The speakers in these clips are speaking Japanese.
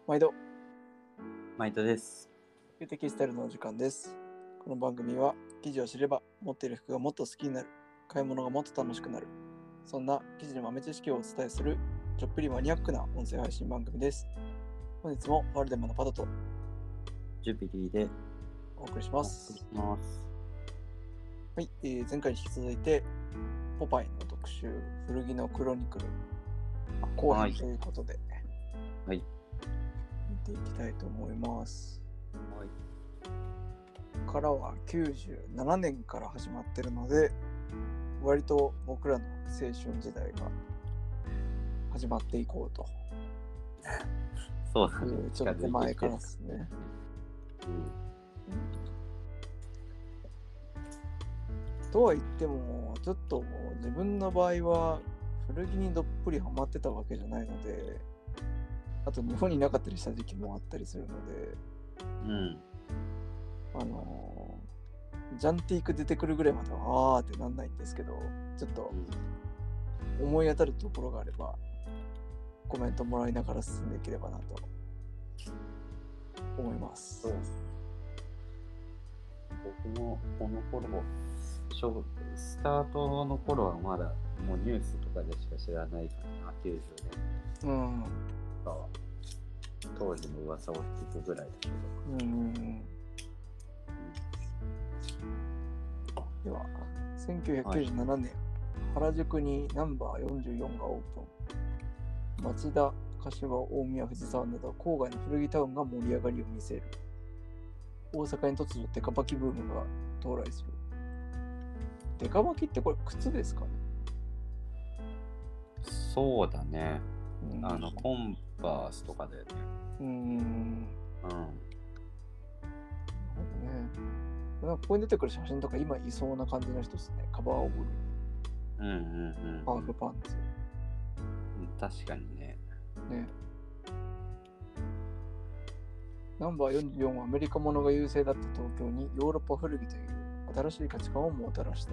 毎度マイトです。 テキスタイルのお時間です。この番組は生地を知れば持っている服がもっと好きになる、買い物がもっと楽しくなる、そんな生地の豆知識をお伝えするちょっぴりマニアックな音声配信番組です。本日もワルデマのパドとジュビリーでお送りします。 ます。 はい、前回に引き続いてポパイの特集古着のクロニクル後編ということで、 はい、 見ていきたいと思います。 はい、 からは97年から始まってるので、割と僕らの青春時代が始まっていこうと。 そうだね。 ちょっと手前からですね。とは言っても、ちょっと自分の場合は古着にどっぷりハマってたわけじゃないので、あと日本になかったりした時期もあったりするので、ジャンティーク出てくるぐらいまではってなんないんですけど、ちょっと思い当たるところがあればコメントもらいながら進んでいければなと思います。 僕もこの頃、スタートの頃はまだもうニュースとかでしか知らないからな、90年とかは当時の噂を聞くぐらいだけど。 では1997年、原宿にナンバー44がオープン。町田、柏、大宮、藤沢など郊外の古着タウンが盛り上がりを見せる。大阪に突如デカバキブームが到来する。デカバキってこれ靴ですかね？ そうだね。コンバースとかだよね。 ここに出てくる写真とか今いそうな感じの人ですね。カバーオーブルにハーフパンツ。 確かにね。 ナンバー44はアメリカものが優勢だった東京にヨーロッパ古着という新しい価値観をもたらした。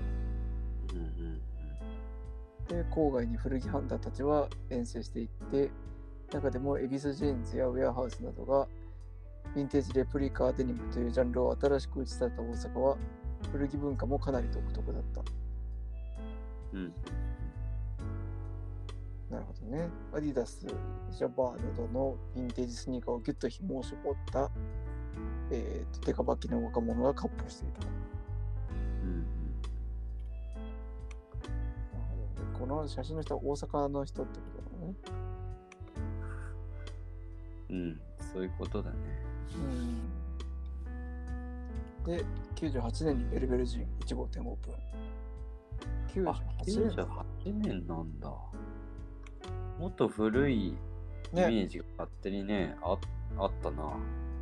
で、郊外に古着ハンターたちは遠征していって、中でもエビスジーンズやウェアハウスなどがヴィンテージレプリカデニムというジャンルを新しく打ち立てた大阪は古着文化もかなり独特だった。なるほどね。アディダス、ジャバーなどのヴィンテージスニーカーをギュッと紐を絞った、デカバキの若者がカップしていた。この写真の人は大阪の人ってことだね。 そういうことだね。 で、98年にベルベルジン1号店オープン。 98年なんだ。もっと古いイメージが勝手にね、あったな。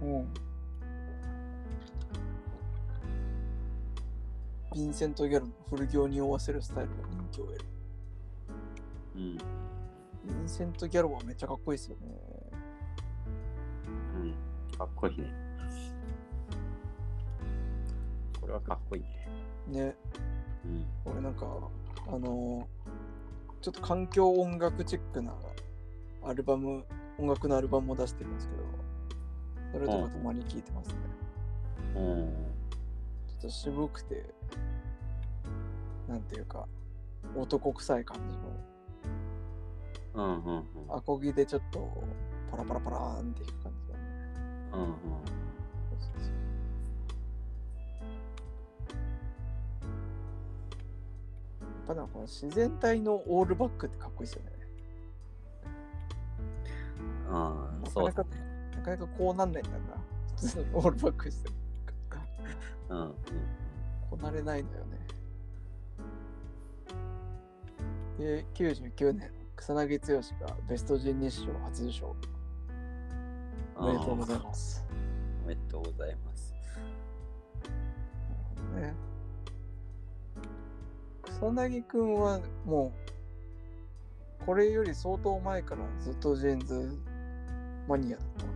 ヴィンセント・ギャロの古着を匂わせるスタイルが人気を得る。ヴィンセント・ギャロはめっちゃかっこいいですよね。 かっこいいね。これはかっこいいね。 これなんかちょっと環境音楽チックな音楽のアルバムを出してるんですけど、それとかたまに聴いてますね。ちょっと渋くて、なんていうか男臭い感じの、アコギでちょっとパラパラパラーンって弾く感じだね。やっぱなんかこの自然体のオールバックってかっこいいですよね。なかなかこうなんないんだな。普通にオールバックしてる。こなれないのよね。で、99年、草薙剛がベストジン日賞初受賞。おめでとうございます。 おめでとうございます。 なるほどね。草薙くんはもうこれより相当前からずっとジーンズマニアだったのか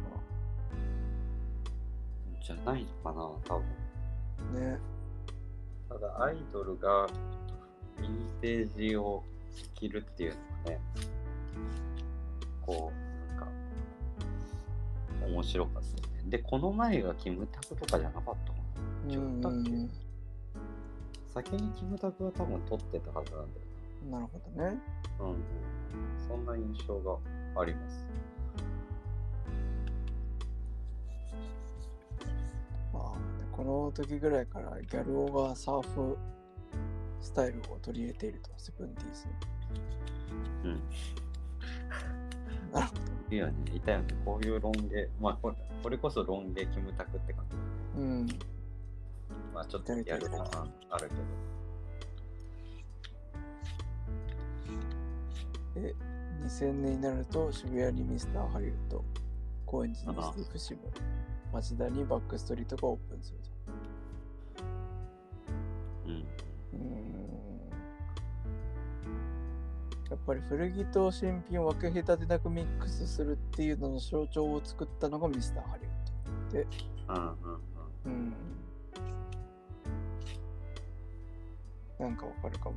な。じゃないのかな、多分。 ね。 ただアイドルがヴィンテージを着るっていうのはね、こうなんか面白かったね。で、この前がキムタクとかじゃなかったかな。違ったっけ？先にキムタクは多分撮ってたはずなんだよな。なるほどね。 うん。そんな印象があります。 まあ、この時ぐらいからギャル男がサーフスタイルを取り入れていると、セブンティーズに。 うん。 なるほど。 いいよね、いたよね。こういうロン毛、まあこれこそロン毛キムタクって感じ。 うん。 まあちょっとやる感あるけど。で、2000年になると渋谷にミスターハリウッド、高円寺にスティーブシム、町田にバックストリートがオープンすると。やっぱり古着と新品を分け隔てなくミックスするっていうのの象徴を作ったのがミスターハリウッドで、なんかわかるかも。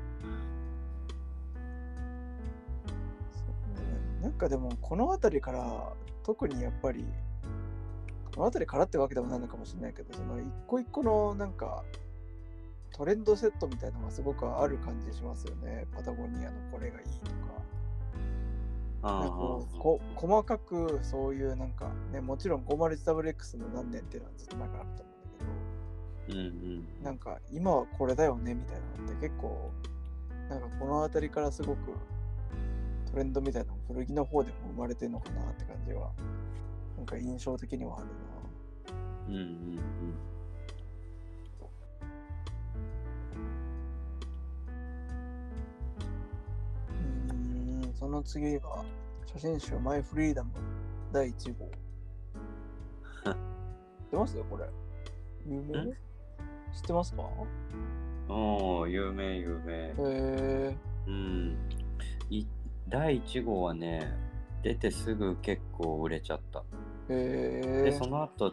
なんかでもこの辺りから特にやっぱりこの辺りからってわけでもないのかもしれないけど、その一個一個のなんかトレンドセットみたいなのがすごくある感じしますよね。パタゴニアのこれがいいとか。なんか細かくそういうなんかね、もちろん 501WX の何年っていうのはずっと前からあったと思うんだけど、なんか今はこれだよねみたいなのって結構なんかこの辺りからすごくトレンドみたいなの古着の方でも生まれてるのかなって感じはなんか印象的にはあるな。その次が写真集マイフリーダム第1号。知ってますよこれ。有名？知ってますか？ 有名。第1号はね、出てすぐ結構売れちゃった。で、その後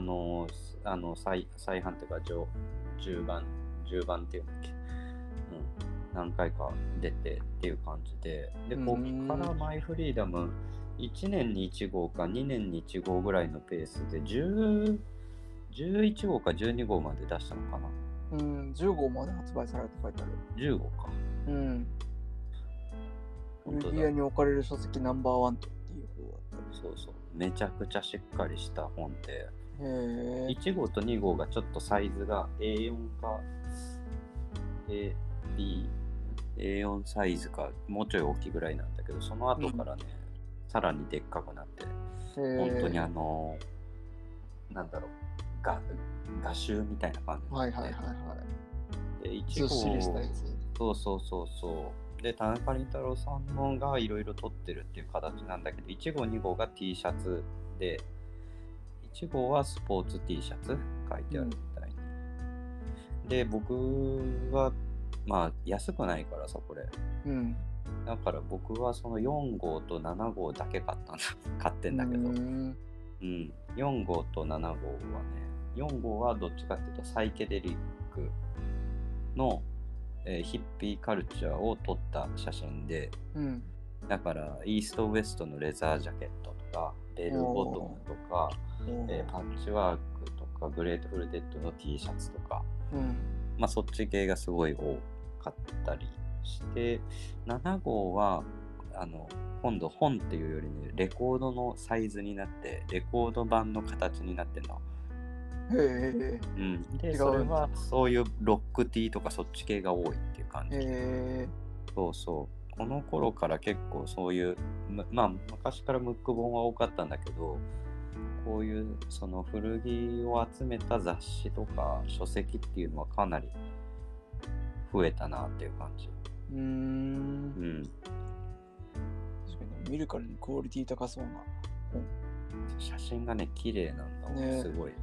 再販っていうか10番っていうんだっけ、何回か出てっていう感じで、ここからマイフリーダム1年に1号か2年に1号ぐらいのペースで11号か12号まで出したのかな。 10号まで発売されて書いてある。 10号か。 古着屋に置かれる書籍ナンバーワンとっていう方だった。 そう。めちゃくちゃしっかりした本で、1号と2号がちょっとサイズが A4 か A4 サイズかもうちょい大きいぐらいなんだけど、その後からね、さらにでっかくなって、本当になんだろう、画集みたいな感じで。で、1号、そうで、田中麟太郎さんのがいろいろ撮ってるっていう形なんだけど、1号2号が T シャツで、1号はスポーツ T シャツ書いてあるみたいに。で、僕はまあ安くないからさこれ、だから僕はその4号と7号だけ買ってんだけど、4号と7号はね、4号はどっちかっていうとサイケデリックの、ヒッピーカルチャーを撮った写真で、だからイーストウエストのレザージャケットとかベルボトムとか、パッチワークとかグレートフルデッドの T シャツとか、まあそっち系がすごい多かったりして、7号は今度本っていうよりね、レコードのサイズになってレコード版の形になってんの。でそれはそういうロック T とかそっち系が多いっていう感じ。この頃から結構そういうまあ昔からムック本は多かったんだけど、こういうその古着を集めた雑誌とか書籍っていうのはかなり増えたなっていう感じ。 確かに見るからにクオリティ高そうな本。 写真がね綺麗なんだわ、すごい。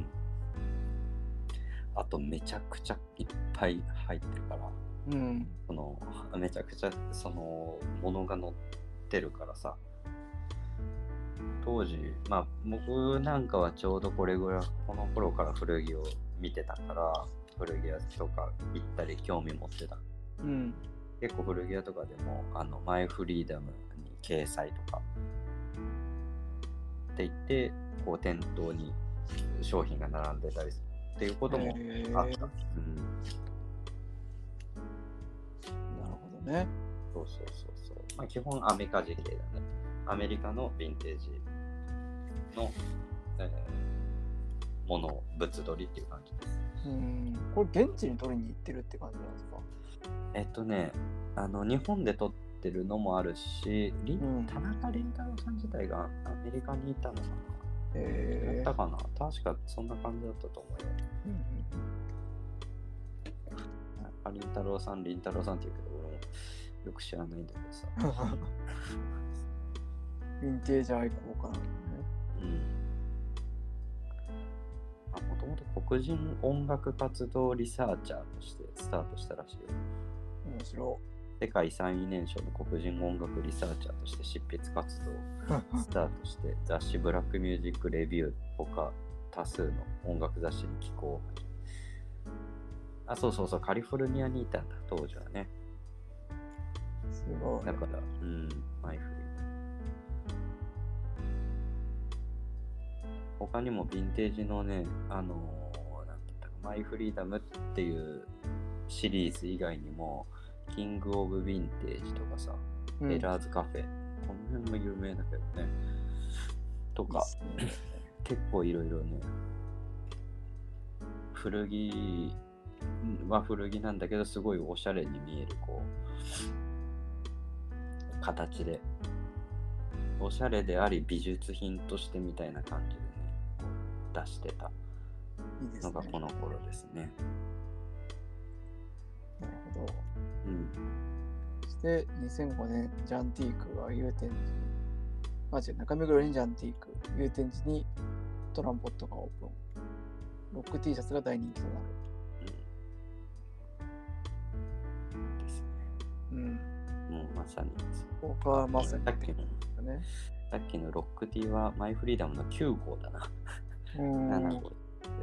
あとめちゃくちゃいっぱい入ってるから、そのめちゃくちゃそのものが載ってるからさ。当時まあ僕なんかはちょうどこの頃から古着を見てたから、古着屋とか行ったり興味持ってた。結構古着屋とかでもマイフリーダムに掲載とかっていってこう店頭に商品が並んでたりっていうこともあった。 なるほどね。 そう。まあ基本アメカジ系だね。アメリカのヴィンテージの、ものを物撮りっていう感じです。 これ現地に撮りに行ってるって感じなんですか？ 日本で撮ってるのもあるし、田中麟太郎さん自体がアメリカにいたのかな。違ったかな。確かそんな感じだったと思うよ。麟太郎さんって言うけど、俺もよく知らないんだけどさ。 ヴィンテージ愛好家なんだね。 もともと黒人音楽活動リサーチャーとしてスタートしたらしいよ。 面白い。世界最年少の黒人音楽リサーチャーとして執筆活動をスタートして雑誌ブラックミュージックレビュー他多数の音楽雑誌に寄稿。そうカリフォルニアにいたんだ当時はね。 すごい。 だからマイフリー。他にもヴィンテージのね、なんだったかマイフリーダムっていうシリーズ以外にも、キング・オブ・ヴィンテージとかさ、エラーズ・カフェ、この辺も有名だけどね。とか、結構いろいろね、古着は古着なんだけど、すごいおしゃれに見える、こう、形で。おしゃれであり美術品としてみたいな感じでね出してたのがこの頃ですね。 なるほど。そして2005年ジャンティークが祐天寺中目黒にジャンティーク祐天寺にトランポットがオープン。ロック T シャツが大人気となる。 ですね。もうまさに僕はまさにさっきのロック T はマイフリーダムの9号だな。7号。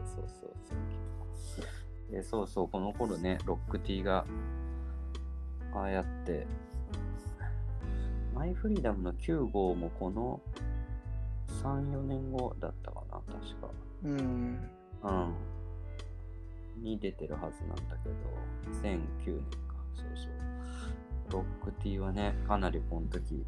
そうこの頃ねロック T がああやってマイフリーダムの9号もこの 3,4 年後だったかな確か。に出てるはずなんだけど2009年か。ロック T はねかなりこの時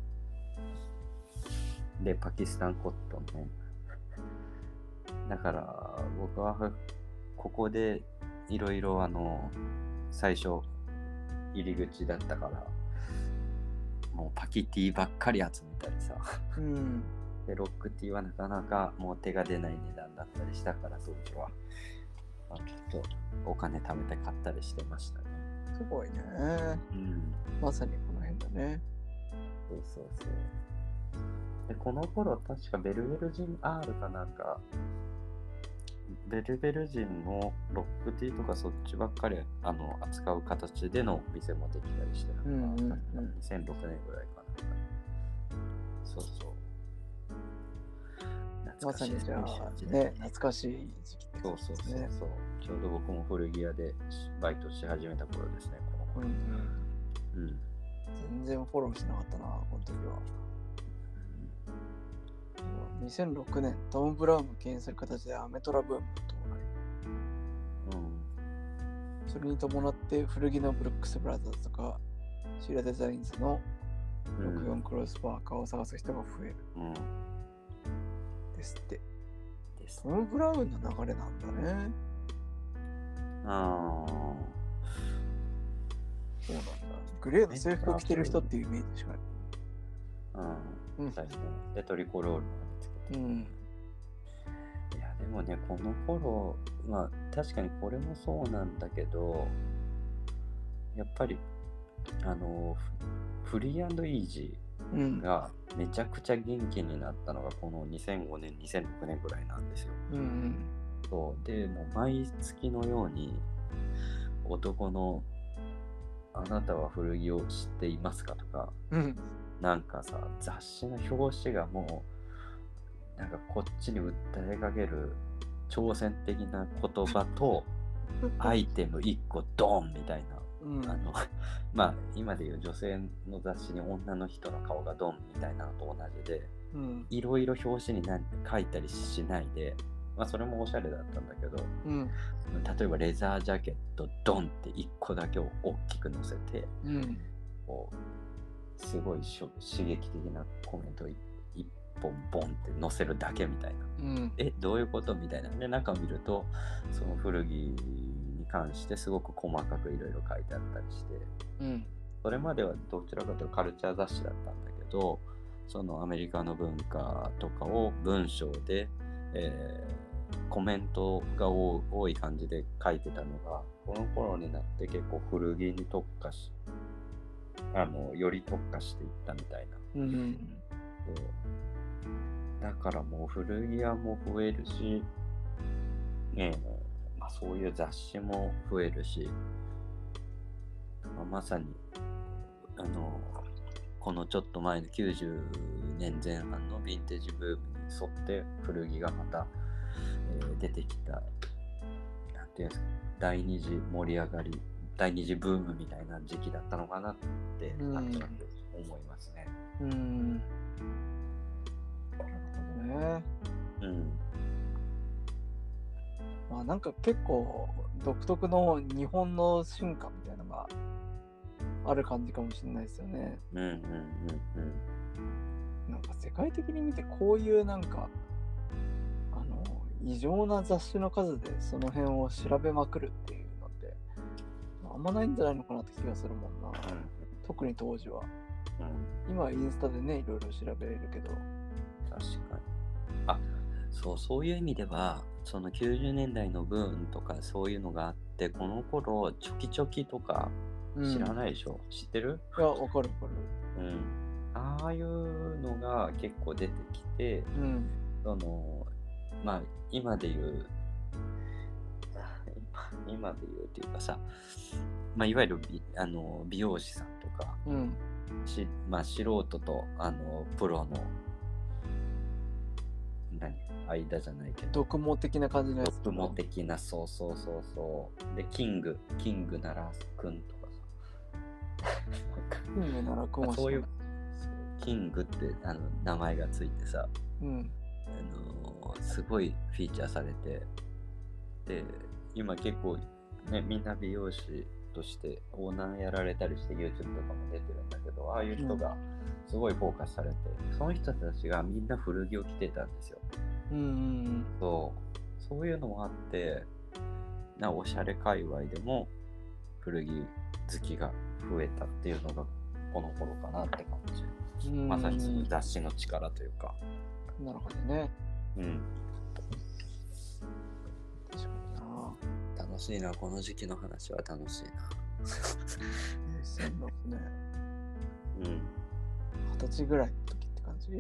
でパキスタンコットンね。だから僕はここでいろいろ最初入り口だったからもうパキ T ばっかり集めたりさ、でロック T はなかなかもう手が出ない値段だったりしたから当時は、ちょっとお金貯めて買ったりしてましたね。 すごいね。まさにこの辺だね。 そうでこの頃確かベルベルジン R かなんかベルベル人のロック T とかそっちばっかり扱う形での店もできたりしてるのが、2006年ぐらいかな。 まさにじゃあね懐かしい時期ですね。 ちょうど僕も古着屋でバイトし始めた頃ですねこの頃。 全然フォローしなかったなこの時は。2006年トム・ブラウンが牽引する形でアメトラブームが到来。それに伴って古着のブルックス・ブラザーズとかシーラデザインズの64クロスパーカーを探す人が増える。ですって。トム・ブラウンの流れなんだね。そうなんだ。グレーの制服を着てる人っていうイメージしかない。 でトリコロールつけて。いやでもねこの頃確かにこれもそうなんだけどやっぱりフリー&イージーがめちゃくちゃ元気になったのがこの2005年2006年ぐらいなんですよ。でもう毎月のように男のあなたは古着を知っていますかとか、なんかさ雑誌の表紙がもうなんかこっちに訴えかける挑戦的な言葉とアイテム1個ドーンみたいなまあ今でいう女性の雑誌に女の人の顔がドンみたいなのと同じで、いろいろ表紙に書いたりしないで、まあそれもおしゃれだったんだけど、例えばレザージャケットドンって1個だけを大きく載せて、こうすごい刺激的なコメントを1本ボンって載せるだけみたいな、どういうことみたいな。で中見るとその古着に関してすごく細かくいろいろ書いてあったりして、それまではどちらかというとカルチャー雑誌だったんだけど、そのアメリカの文化とかを文章で、コメントが多い感じで書いてたのが、この頃になって結構古着に特化しより特化していったみたいな、だからもう古着屋も増えるし、まあ、そういう雑誌も増えるし、まさにこのちょっと前の90年前半のヴィンテージブームに沿って古着がまた、出てきた、なんていうんですか、第二次盛り上がり、第二次ブームみたいな時期だったのかなってなんとなく思いますね。 なるほどね。まあなんか結構独特の日本の進化みたいなのがある感じかもしれないですよね。なんか世界的に見てこういうなんか異常な雑誌の数でその辺を調べまくるっていうのってあんまないんじゃないのかなって気がするもんな、特に当時は。今はインスタでねいろいろ調べれるけど。 確かに。そういう意味ではその90年代のブームとかそういうのがあって、この頃チョキチョキとか知らないでしょ、知ってる？ いや、わかる。 ああいうのが結構出てきて、まあ今で言うっていうかさ、まあいわゆる美容師さんとか、まあ素人とプロの間じゃないけど、 読モ的な感じのやつ。 読モ的な、そうでキングならくんとかさ、 キングならくんはそういうキングって名前がついてさ、すごいフィーチャーされて、で今結構ねみんな美容師としてオーナーやられたりして YouTube とかも出てるんだけど、ああいう人がすごいフォーカスされて、その人たちがみんな古着を着てたんですよ。そういうのもあって、おしゃれ界隈でも古着好きが増えたっていうのがこの頃かなって感じ。まさにその雑誌の力というか。 なるほどね。確かにな。 楽しいな、この時期の話は楽しいな。 2006年。20歳ぐらいの時って感じ？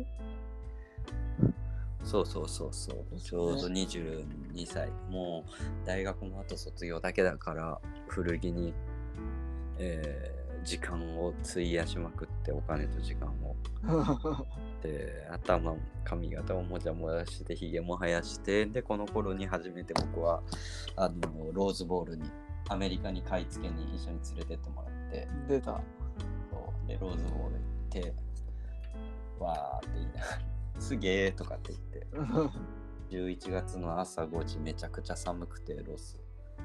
そう。ちょうど22歳。もう大学もあと卒業だけだから古着に、時間を費やしまくって、お金と時間をで髪型をもじゃもじゃしてひげも生やして、でこの頃に初めて僕はローズボールにアメリカに買い付けに一緒に連れてってもらって、 出た。 でローズボール行ってわーって言いながらすげーとかって言って11月の朝5時めちゃくちゃ寒くてロス、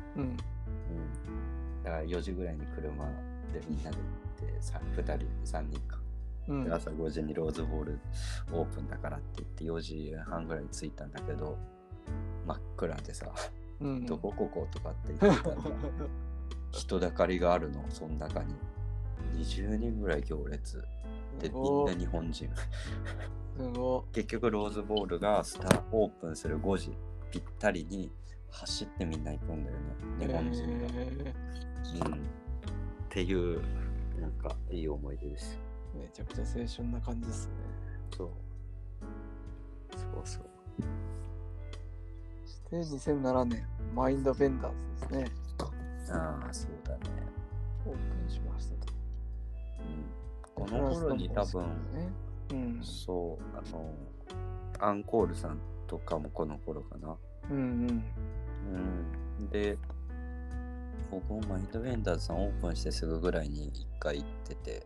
だから4時ぐらいに車でみんなで行って2人3人か、で朝5時にローズボールオープンだからって言って4時半ぐらいに着いたんだけど、真っ暗でさ、どここことかって言ってたら人だかりがあるの、その中に20人ぐらい行列で、みんな日本人結局ローズボールがオープンする5時ぴったりに走ってみんな行くんだよね、日本人が。っていうなんかいい思い出です。 めちゃくちゃ青春な感じですね。 そう。 そして2007年マインドベンダーズですね。 ああ、そうだね。 オープンしましたと。 この頃に多分、そうアンコールさんとかもこの頃かな。で僕もマインドベンダーズさんオープンしてすぐぐらいに一回行ってて、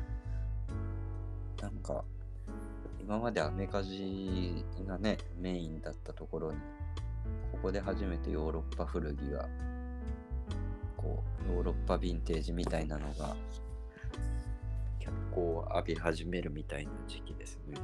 なんか今までアメカジがねメインだったところに、ここで初めてヨーロッパ古着がこうヨーロッパヴィンテージみたいなのが脚光を浴び始めるみたいな時期ですね。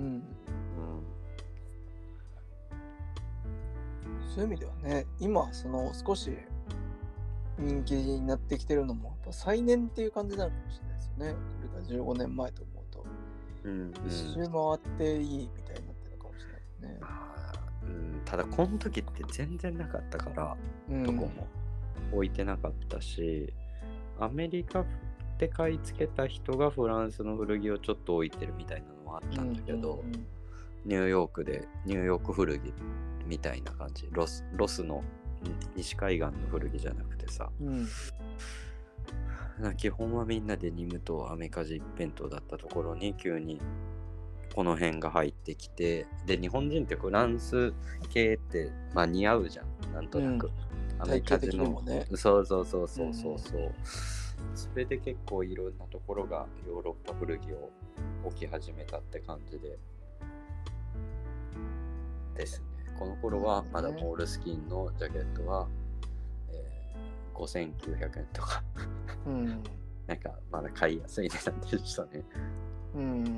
そういう意味ではね、今その少し人気になってきてるのもやっぱ再燃っていう感じなのかもしれないですよね。これが15年前と思うと、一周回っていいみたいになってるのかもしれないね。 ただこの時って全然なかったから、どこも置いてなかったし、アメリカで買い付けた人がフランスの古着をちょっと置いてるみたいなのはあったんだけど、ニューヨークでニューヨーク古着みたいな感じ、ロスの西海岸の古着じゃなくてさ、基本はみんなデニムとアメカジ一辺倒だったところに急にこの辺が入ってきて、で日本人ってフランス系ってまあ似合うじゃん、なんとなく、アメカジの、ね、そうそれで結構いろんなところがヨーロッパ古着を置き始めたって感じでですね。この頃はまだモールスキンのジャケットは、5900円とかなんかまだ買いやすい値段でしたね。な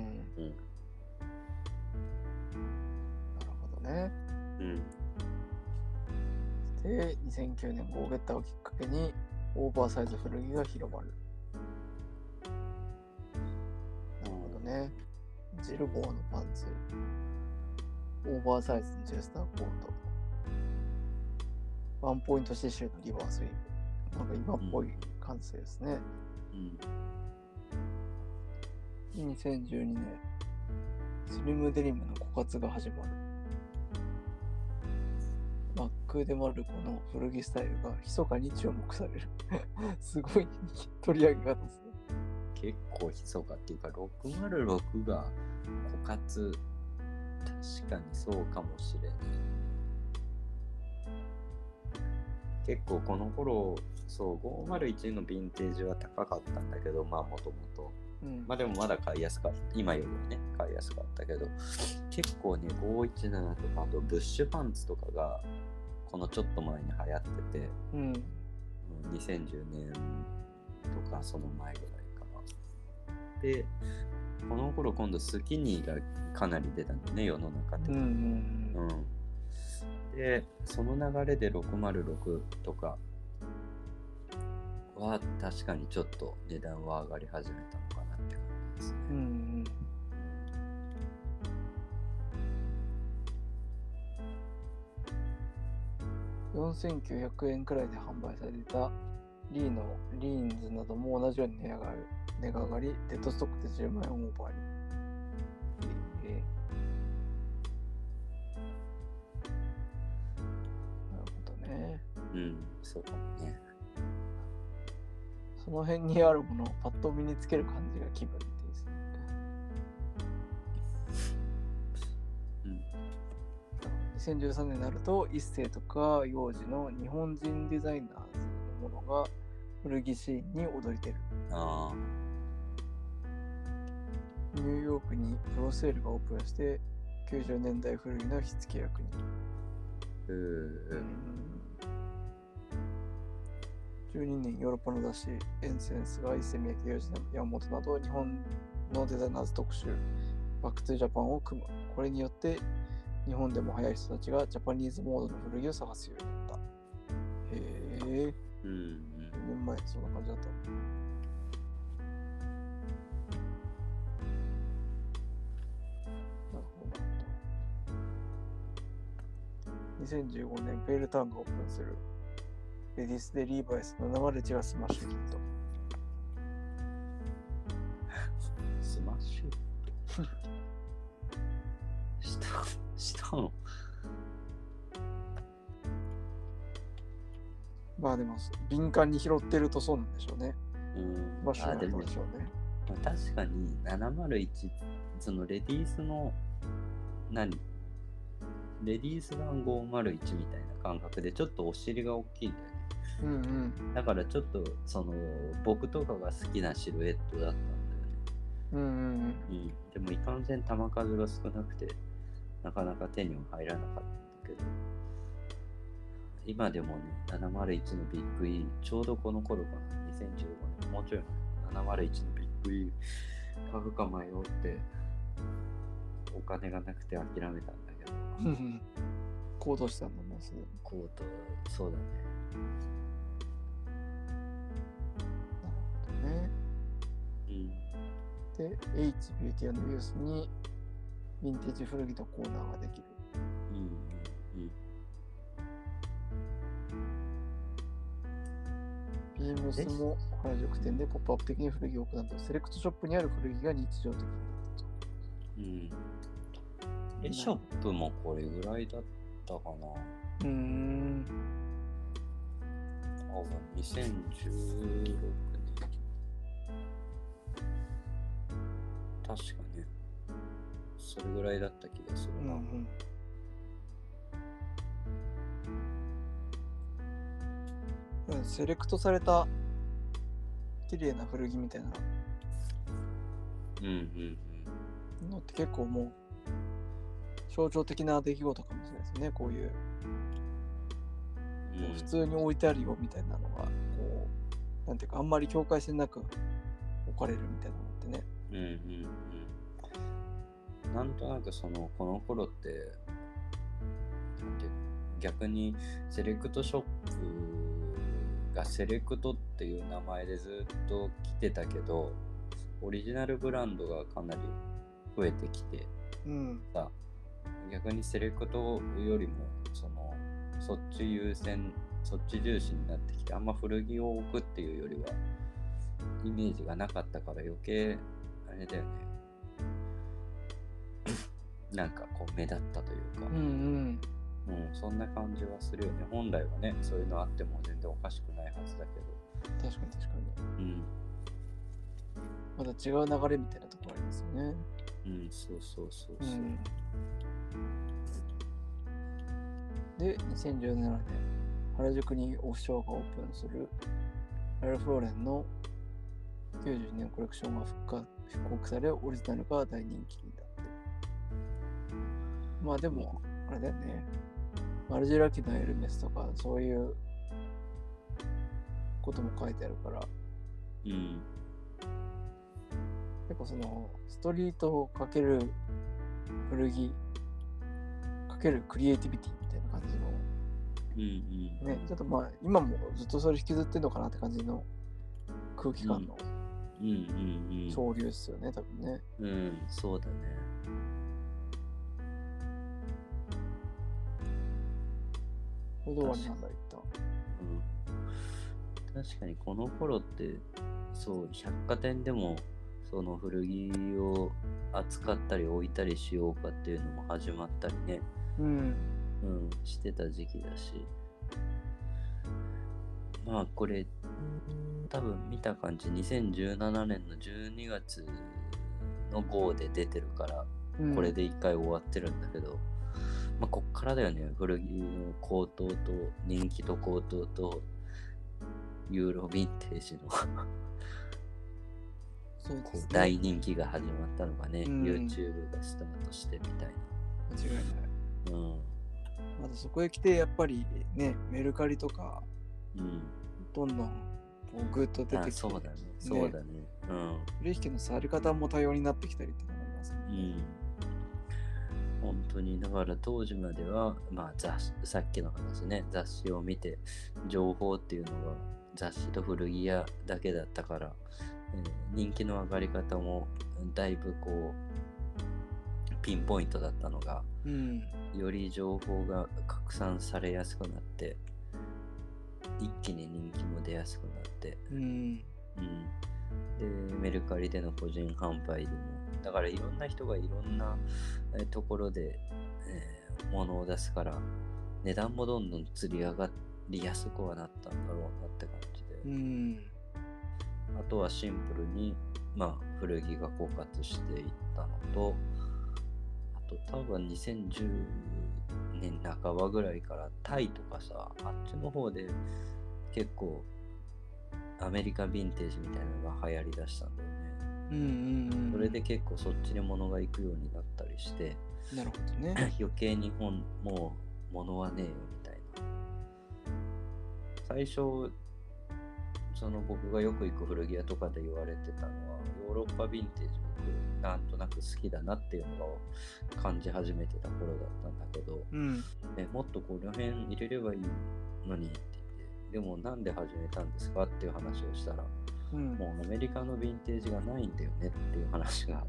るほどね。で2009年ゴーゲッターをきっかけにオーバーサイズ古着が広まる。なるほどね。ジルボーのパンツ、オーバーサイズのチェスターコート、ワンポイント刺繍のリバースウィーブ、なんか今っぽい感じですね。2012年、スリムデニムの枯渇が始まる。マック・デ・マルコの古着スタイルが密かに注目される。すごい取り上げ方ですね。 結構密かっていうか、606が枯渇、確かにそうかもしれない。結構この頃、そう501のヴィンテージは高かったんだけど、まあもともと。まあでもまだ買いやすかった。今よりはね、買いやすかったけど、結構ね、517とか、あとブッシュパンツとかが、このちょっと前に流行ってて、2010年とかその前ぐらいかな。で、この頃今度スキニーがかなり出たんだよね、世の中で。で、その流れで606とかは確かにちょっと値段は上がり始めたのかなって感じですね。 4900円くらいで販売されてたリーンズなども同じように値が上がり、デッドストックで10万円オーバーに。なるほどね。 そうかもね。 その辺にあるものをパッと身につける感じが気分っていいですね。2013年になると一世とか幼児の日本人デザイナーズのものが古着シーンに躍り出る。ニューヨークにプロセールがオープンして90年代古着の火付け役に。12年ヨーロッパの雑誌エンセンスが伊勢三宅洋二山本など日本のデザイナーズ特集バックトゥジャパンを組む。これによって日本でも早い人たちがジャパニーズモードの古着を探すようになった。10年前そんな感じだった。なるほど。2015年ペールタウンがオープンする。レディースでリーバイス701がスマッシュヒット。 スマッシュヒットしたの？ まあでも敏感に拾ってるとそうなんでしょうね。場所なんでしょうね。 確かに701、そのレディースのレディース版501みたいな感覚でちょっとお尻が大きいんだよね。 うんうん、 だからちょっとその僕とかが好きなシルエットだったんだよね。 うんうんうん、 でもいかんせん球数が少なくてなかなか手には入らなかったんだけど、今でもね、701のビッグ E、ちょうどこの頃かな、2015年、もうちょい前、701のビッグ E 買うか迷ってお金がなくて諦めたんだけど行動したんだもんすでに。 コート、そうだね。 なるほどね。で、H ビューティー&ユースにヴィンテージ古着のコーナーができる。ビームスも原宿店でポップアップ的に古着を置くなど、セレクトショップにある古着が日常的になったと。 ショップもこれぐらいだったかな。多分2016年。確かね。それぐらいだった気がするな。 セレクトされた綺麗な古着みたいなのって結構もう象徴的な出来事かもしれないですね。こういう、普通に置いてあるよみたいなのがこうなんていうかあんまり境界線なく置かれるみたいなのってね。 なんとなくこの頃ってなんていうの、逆にセレクトショップがセレクトっていう名前でずっと来てたけど、オリジナルブランドがかなり増えてきて、さ、逆にセレクトよりもそっち優先、そっち重視になってきて、あんま古着を置くっていうよりはイメージがなかったから余計あれだよね、なんかこう目立ったというか、そんな感じはするよね。本来はね、そういうのあっても全然おかしくないはずだけど。 確かに。まだ違う流れみたいなところありますよね。 そう。 で、2017年、原宿にオフショアがオープンするラルフ・ローレンの92年コレクションが復刻され、オリジナルが大人気になって。まあでも、あれだよね。マルジェラキのエルメスとか、そういうことも書いてあるから、結構ストリートかける古着かけるクリエイティビティみたいな感じの、ちょっとまあ今もずっとそれ引きずってんのかなって感じの空気感の潮流ですよね、多分ね。 そうだね。 これで終わりなんだ、一旦。 確かにこの頃ってそう百貨店でもその古着を扱ったり置いたりしようかっていうのも始まったりね、してた時期だし、まあこれ多分見た感じ2017年の12月の号で出てるから、これで一回終わってるんだけど、まあこっからだよね。古着の高騰と人気と高騰とユーロヴィンテージのそうですね、 大人気が始まったのがね、YouTube がスタートしてみたいな。 間違いない。まずそこへ来てやっぱりね、メルカリとか、どんどんグッと出てきて、 そうだね。 取引の触り方も多様になってきたりってなりますね。 本当にだから当時までは、まあさっきの話ね、雑誌を見て情報っていうのが雑誌と古着屋だけだったから、人気の上がり方もだいぶこうピンポイントだったのが、より情報が拡散されやすくなって、一気に人気も出やすくなって、でメルカリでの個人販売でも、だからいろんな人がいろんなところで、物を出すから値段もどんどん釣り上がりやすくはなったんだろうなって感じで、あとはシンプルにまあ古着が枯渇していったのと、あと多分2010年半ばぐらいからタイとかさ、あっちの方で結構アメリカヴィンテージみたいなのが流行りだしたんだよね。それで結構そっちに物が行くようになったりして、 なるほどね。 余計日本もう物はねえよみたいな。最初その僕がよく行く古着屋とかで言われてたのは、ヨーロッパヴィンテージ僕なんとなく好きだなっていうのを感じ始めてた頃だったんだけど、もっとこの辺入れればいいのにって言って、でもなんで始めたんですかっていう話をしたら、もうアメリカのヴィンテージがないんだよねっていう話があって、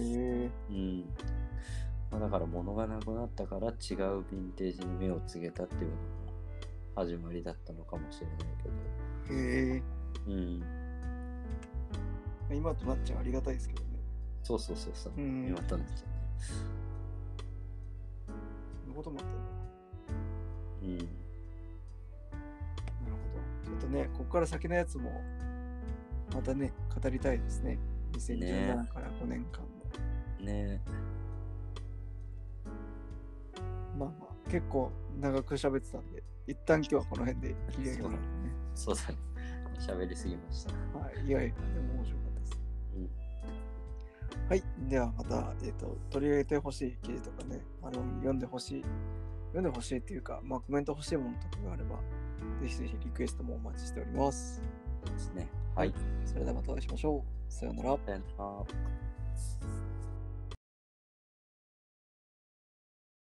だから物がなくなったから違うヴィンテージに目をつけたっていうのも始まりだったのかもしれないけど、今となっちゃありがたいですけどね。 そう、今となっちゃね。 そのこともあったんだ。なるほど。ちょっとね、ここから先のやつもまたね、語りたいですね。2017から5年間の。ね。まあ、結構長く喋ってたんで、一旦今日はこの辺で切り上げますね。 そうだね。喋りすぎました。 はい、いやいや、でも面白かったです。はい、ではまた、取り上げてほしい記事とかね、読んでほしいっていうか、コメント欲しいものとかがあれば、ぜひぜひリクエストもお待ちしております。 そうですね。 はい。それではまたお会いしましょう。さようなら。 さようなら。